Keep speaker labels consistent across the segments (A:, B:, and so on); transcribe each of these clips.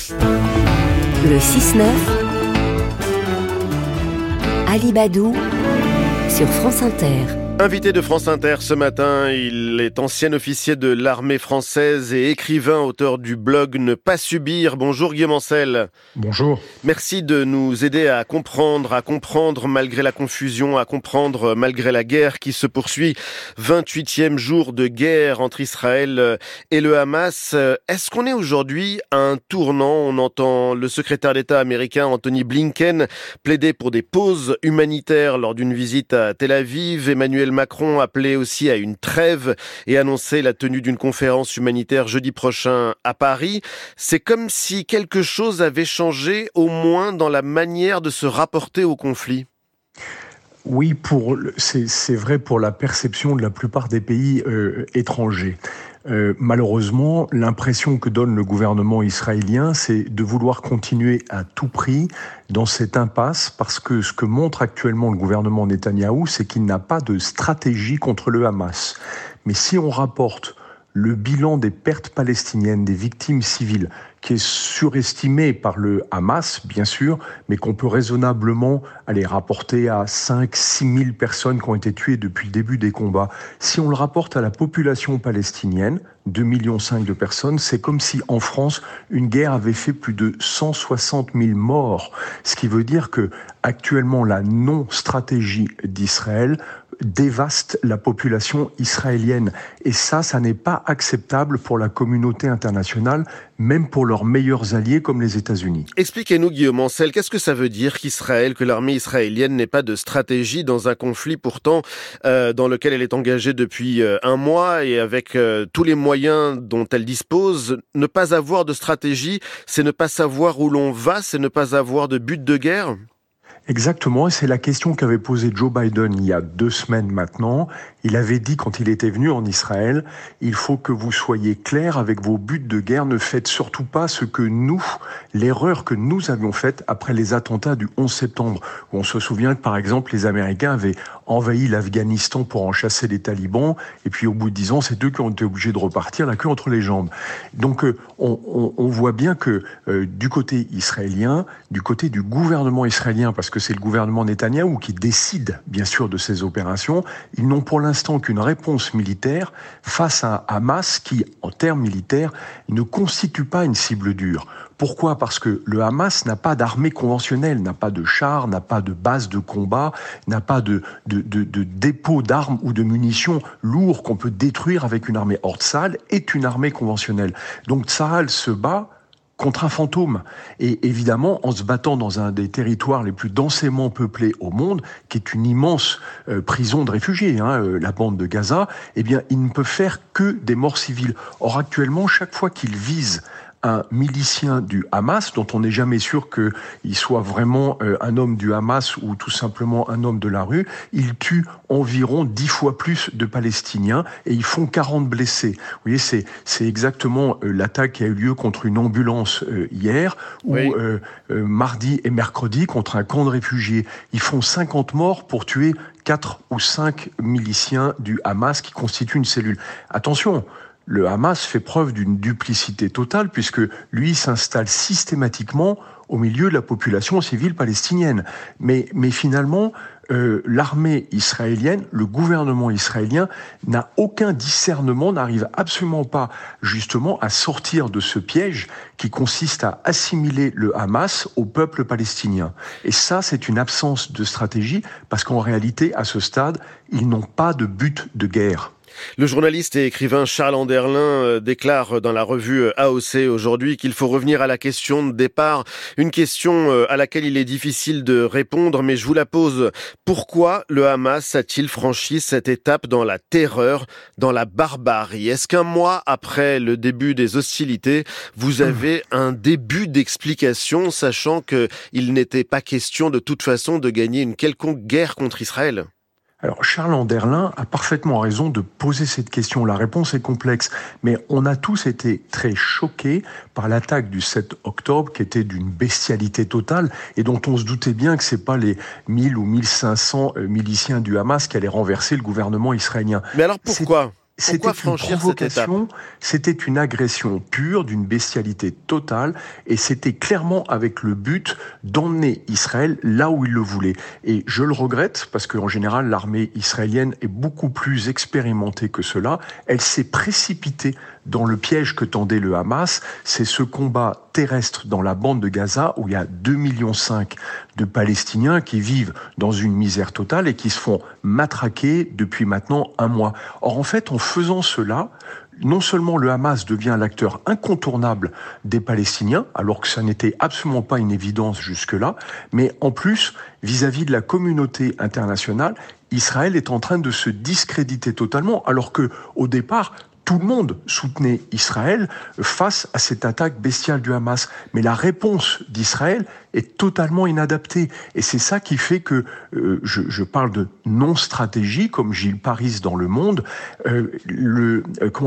A: Le 6-9, Alibadou sur France Inter.
B: Invité de France Inter ce matin, il est ancien officier de l'armée française et écrivain, auteur du blog Ne pas subir. Bonjour Guillaume Ancel.
C: Bonjour.
B: Merci de nous aider à comprendre malgré la confusion, à comprendre malgré la guerre qui se poursuit. 28e jour de guerre entre Israël et le Hamas. Est-ce qu'on est aujourd'hui à un tournant? On entend le secrétaire d'État américain Anthony Blinken plaider pour des pauses humanitaires lors d'une visite à Tel Aviv. Emmanuel Macron appelait aussi à une trêve et annonçait la tenue d'une conférence humanitaire jeudi prochain à Paris. C'est comme si quelque chose avait changé, au moins dans la manière de se rapporter au conflit.
C: Oui, c'est vrai pour la perception de la plupart des pays étrangers. Malheureusement, l'impression que donne le gouvernement israélien, c'est de vouloir continuer à tout prix dans cette impasse, parce que ce que montre actuellement le gouvernement Netanyahou, c'est qu'il n'a pas de stratégie contre le Hamas. Mais si on rapporte le bilan des pertes palestiniennes, des victimes civiles, qui est surestimé par le Hamas, bien sûr, mais qu'on peut raisonnablement rapporter à 5-6 000 personnes qui ont été tuées depuis le début des combats. Si on le rapporte à la population palestinienne, 2,5 millions de personnes, c'est comme si en France, une guerre avait fait plus de 160 000 morts. Ce qui veut dire que actuellement, la non-stratégie d'Israël dévaste la population israélienne. Et ça n'est pas acceptable pour la communauté internationale, même pour leurs meilleurs alliés comme les États-Unis.
B: Expliquez-nous, Guillaume Ancel, qu'est-ce que ça veut dire que l'armée israélienne n'ait pas de stratégie dans un conflit pourtant dans lequel elle est engagée depuis un mois et avec tous les moyens dont elle dispose? Ne pas avoir de stratégie, c'est ne pas savoir où l'on va, c'est ne pas avoir de but de guerre?
C: Exactement, et c'est la question qu'avait posée Joe Biden il y a 2 semaines maintenant. Il avait dit, quand il était venu en Israël, il faut que vous soyez clairs avec vos buts de guerre, ne faites surtout pas l'erreur que nous avions faite après les attentats du 11 septembre, où on se souvient que, par exemple, les Américains avaient envahi l'Afghanistan pour en chasser les talibans, et puis au bout de 10 ans, c'est eux qui ont été obligés de repartir la queue entre les jambes. Donc, on voit bien que du côté israélien, du côté du gouvernement israélien, parce que c'est le gouvernement Netanyahou qui décide, bien sûr, de ces opérations, ils n'ont pour l'instant qu'une réponse militaire face à un Hamas qui, en termes militaires, ne constitue pas une cible dure. Pourquoi ? Parce que le Hamas n'a pas d'armée conventionnelle, n'a pas de chars, n'a pas de base de combat, n'a pas de dépôt d'armes ou de munitions lourds qu'on peut détruire avec une armée. Or, Tsahal est une armée conventionnelle. Donc Tsahal se bat contre un fantôme. Et évidemment, en se battant dans un des territoires les plus densément peuplés au monde, qui est une immense prison de réfugiés, la bande de Gaza, eh bien, il ne peut faire que des morts civiles. Or, actuellement, chaque fois qu'il vise un milicien du Hamas, dont on n'est jamais sûr qu'il soit vraiment un homme du Hamas ou tout simplement un homme de la rue, il tue environ 10 fois plus de Palestiniens et ils font 40 blessés. Vous voyez, c'est exactement l'attaque qui a eu lieu contre une ambulance hier, ou mardi et mercredi contre un camp de réfugiés. Ils font 50 morts pour tuer 4 ou 5 miliciens du Hamas qui constituent une cellule. Attention, le Hamas fait preuve d'une duplicité totale puisque lui s'installe systématiquement au milieu de la population civile palestinienne. Mais finalement, l'armée israélienne, le gouvernement israélien n'a aucun discernement, n'arrive absolument pas justement à sortir de ce piège qui consiste à assimiler le Hamas au peuple palestinien. Et ça, c'est une absence de stratégie parce qu'en réalité, à ce stade, ils n'ont pas de but de guerre.
B: Le journaliste et écrivain Charles Anderlin déclare dans la revue AOC aujourd'hui qu'il faut revenir à la question de départ, une question à laquelle il est difficile de répondre, mais je vous la pose. Pourquoi le Hamas a-t-il franchi cette étape dans la terreur, dans la barbarie? Est-ce qu'un mois après le début des hostilités, vous avez un début d'explication, sachant qu'il n'était pas question de toute façon de gagner une quelconque guerre contre Israël?
C: Alors, Charles Anderlin a parfaitement raison de poser cette question. La réponse est complexe, mais on a tous été très choqués par l'attaque du 7 octobre, qui était d'une bestialité totale, et dont on se doutait bien que c'est pas les 1000 ou 1500 miliciens du Hamas qui allaient renverser le gouvernement israélien.
B: Mais alors pourquoi ? Pourquoi franchir cette étape ?
C: C'était une agression pure, d'une bestialité totale, et c'était clairement avec le but d'emmener Israël là où il le voulait. Et je le regrette, parce qu'en général, l'armée israélienne est beaucoup plus expérimentée que cela. Elle s'est précipitée dans le piège que tendait le Hamas. C'est ce combat terrestre dans la bande de Gaza, où il y a 2,5 millions de Palestiniens qui vivent dans une misère totale et qui se font matraquer depuis maintenant un mois. Or, en fait, en faisant cela, non seulement le Hamas devient l'acteur incontournable des Palestiniens, alors que ça n'était absolument pas une évidence jusque-là, mais en plus, vis-à-vis de la communauté internationale, Israël est en train de se discréditer totalement, alors que, au départ, tout le monde soutenait Israël face à cette attaque bestiale du Hamas. Mais la réponse d'Israël est totalement inadaptée. Et c'est ça qui fait que, je parle de non-stratégie, comme Gilles Paris dans Le Monde, le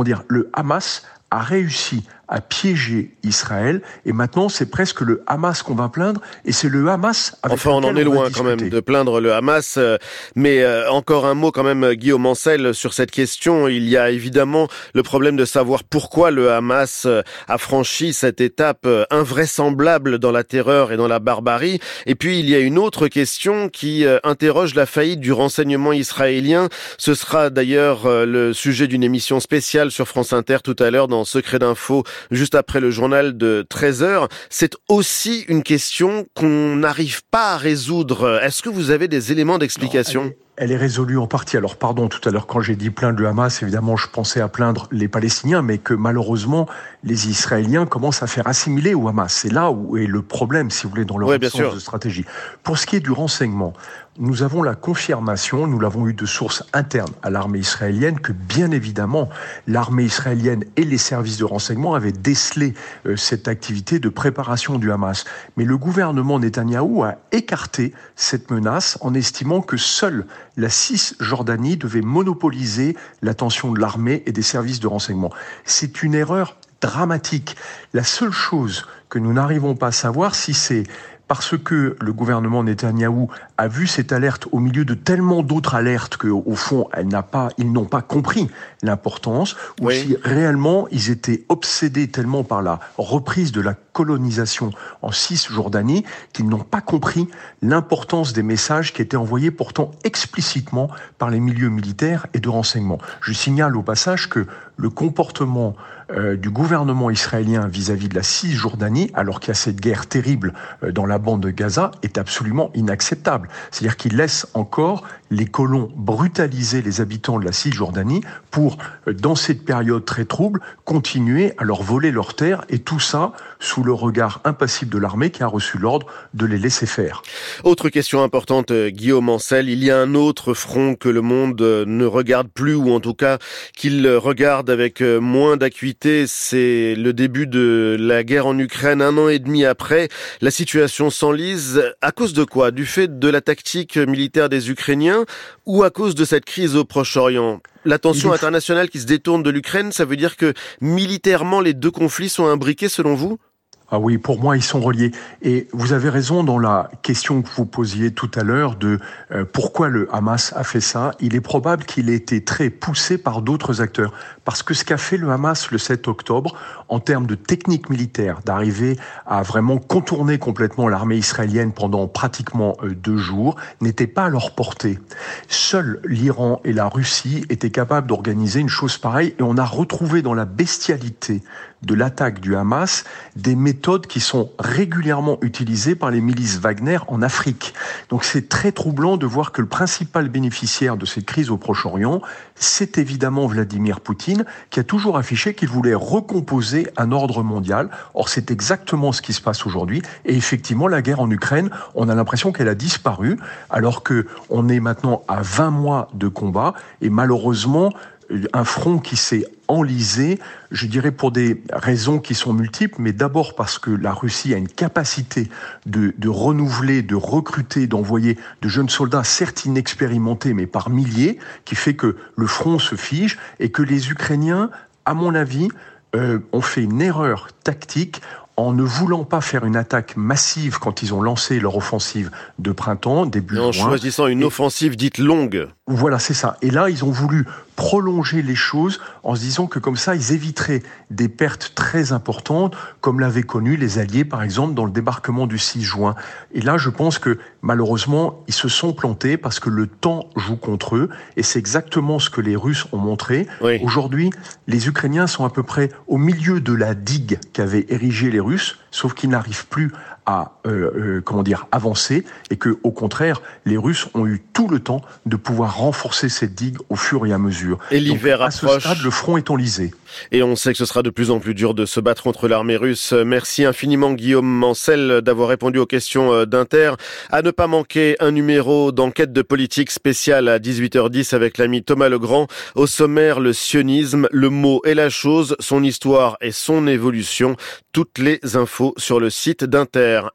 C: Hamas a réussi à piéger Israël, et maintenant c'est presque le Hamas qu'on va plaindre, et c'est le Hamas avec lequel
B: on en est loin quand même de plaindre le Hamas, mais encore un mot quand même, Guillaume Ancel, sur cette question. Il y a évidemment le problème de savoir pourquoi le Hamas a franchi cette étape invraisemblable dans la terreur et dans la barbarie, et puis il y a une autre question qui interroge la faillite du renseignement israélien. Ce sera d'ailleurs le sujet d'une émission spéciale sur France Inter tout à l'heure dans Secret d'info, juste après le journal de 13h. C'est aussi une question qu'on n'arrive pas à résoudre. Est-ce que vous avez des éléments d'explication ?
C: Elle est résolue en partie. Alors pardon, tout à l'heure quand j'ai dit plaindre le Hamas, évidemment je pensais à plaindre les Palestiniens, mais que malheureusement les Israéliens commencent à faire assimiler au Hamas. C'est là où est le problème, si vous voulez, dans leur absence de stratégie. Pour ce qui est du renseignement, nous avons la confirmation, nous l'avons eu de sources internes à l'armée israélienne, que bien évidemment l'armée israélienne et les services de renseignement avaient décelé cette activité de préparation du Hamas. Mais le gouvernement Netanyahou a écarté cette menace en estimant que seule la Cisjordanie devait monopoliser l'attention de l'armée et des services de renseignement. C'est une erreur dramatique. La seule chose que nous n'arrivons pas à savoir, si c'est parce que le gouvernement Netanyahou a vu cette alerte au milieu de tellement d'autres alertes qu'au fond, ils n'ont pas compris l'importance, ou si réellement ils étaient obsédés tellement par la reprise de la colonisation en Cisjordanie qu'ils n'ont pas compris l'importance des messages qui étaient envoyés pourtant explicitement par les milieux militaires et de renseignement. Je signale au passage que le comportement du gouvernement israélien vis-à-vis de la Cisjordanie, alors qu'il y a cette guerre terrible dans la bande de Gaza, est absolument inacceptable. C'est-à-dire qu'il laisse encore les colons brutaliser les habitants de la Cisjordanie pour, dans cette période très trouble, continuer à leur voler leurs terres, et tout ça sous le regard impassible de l'armée qui a reçu l'ordre de les laisser faire.
B: Autre question importante, Guillaume Ancel, il y a un autre front que le monde ne regarde plus, ou en tout cas qu'il regarde avec moins d'acuité, c'est le début de la guerre en Ukraine, 1 an et demi après. La situation s'enlise. À cause de quoi ? Du fait de la tactique militaire des Ukrainiens ou à cause de cette crise au Proche-Orient ? L'attention internationale qui se détourne de l'Ukraine, ça veut dire que militairement les deux conflits sont imbriqués selon vous ?
C: Ah oui, pour moi, ils sont reliés. Et vous avez raison dans la question que vous posiez tout à l'heure de pourquoi le Hamas a fait ça. Il est probable qu'il ait été très poussé par d'autres acteurs. Parce que ce qu'a fait le Hamas le 7 octobre, en termes de technique militaire, d'arriver à vraiment contourner complètement l'armée israélienne pendant pratiquement 2 jours, n'était pas à leur portée. Seuls l'Iran et la Russie étaient capables d'organiser une chose pareille, et on a retrouvé dans la bestialité de l'attaque du Hamas des méthodes qui sont régulièrement utilisées par les milices Wagner en Afrique. Donc c'est très troublant de voir que le principal bénéficiaire de cette crise au Proche-Orient, c'est évidemment Vladimir Poutine, qui a toujours affiché qu'il voulait recomposer un ordre mondial. Or c'est exactement ce qui se passe aujourd'hui, et effectivement la guerre en Ukraine, on a l'impression qu'elle a disparu, alors que on est maintenant à 20 mois de combat, et malheureusement un front qui s'est enlisé, je dirais pour des raisons qui sont multiples, mais d'abord parce que la Russie a une capacité de renouveler, de recruter, d'envoyer de jeunes soldats, certes inexpérimentés, mais par milliers, qui fait que le front se fige, et que les Ukrainiens, à mon avis, ont fait une erreur tactique en ne voulant pas faire une attaque massive quand ils ont lancé leur offensive de printemps, début juin.
B: En choisissant une offensive dite longue.
C: Voilà, c'est ça. Et là, ils ont voulu prolonger les choses en se disant que comme ça, ils éviteraient des pertes très importantes, comme l'avaient connu les Alliés, par exemple, dans le débarquement du 6 juin. Et là, je pense que malheureusement, ils se sont plantés parce que le temps joue contre eux, et c'est exactement ce que les Russes ont montré.
B: Oui.
C: Aujourd'hui, les Ukrainiens sont à peu près au milieu de la digue qu'avaient érigée les Russes, sauf qu'ils n'arrivent plus à avancer, et que au contraire, les Russes ont eu tout le temps de pouvoir renforcer cette digue au fur et à mesure.
B: Et l'hiver
C: Donc,
B: approche.
C: À ce stade, le front est enlisé.
B: Et on sait que ce sera de plus en plus dur de se battre contre l'armée russe. Merci infiniment Guillaume Mancel d'avoir répondu aux questions d'Inter. À ne pas manquer un numéro d'enquête de politique spéciale à 18h10 avec l'ami Thomas Legrand. Au sommaire, le sionisme, le mot et la chose, son histoire et son évolution. Toutes les infos sur le site d'Inter.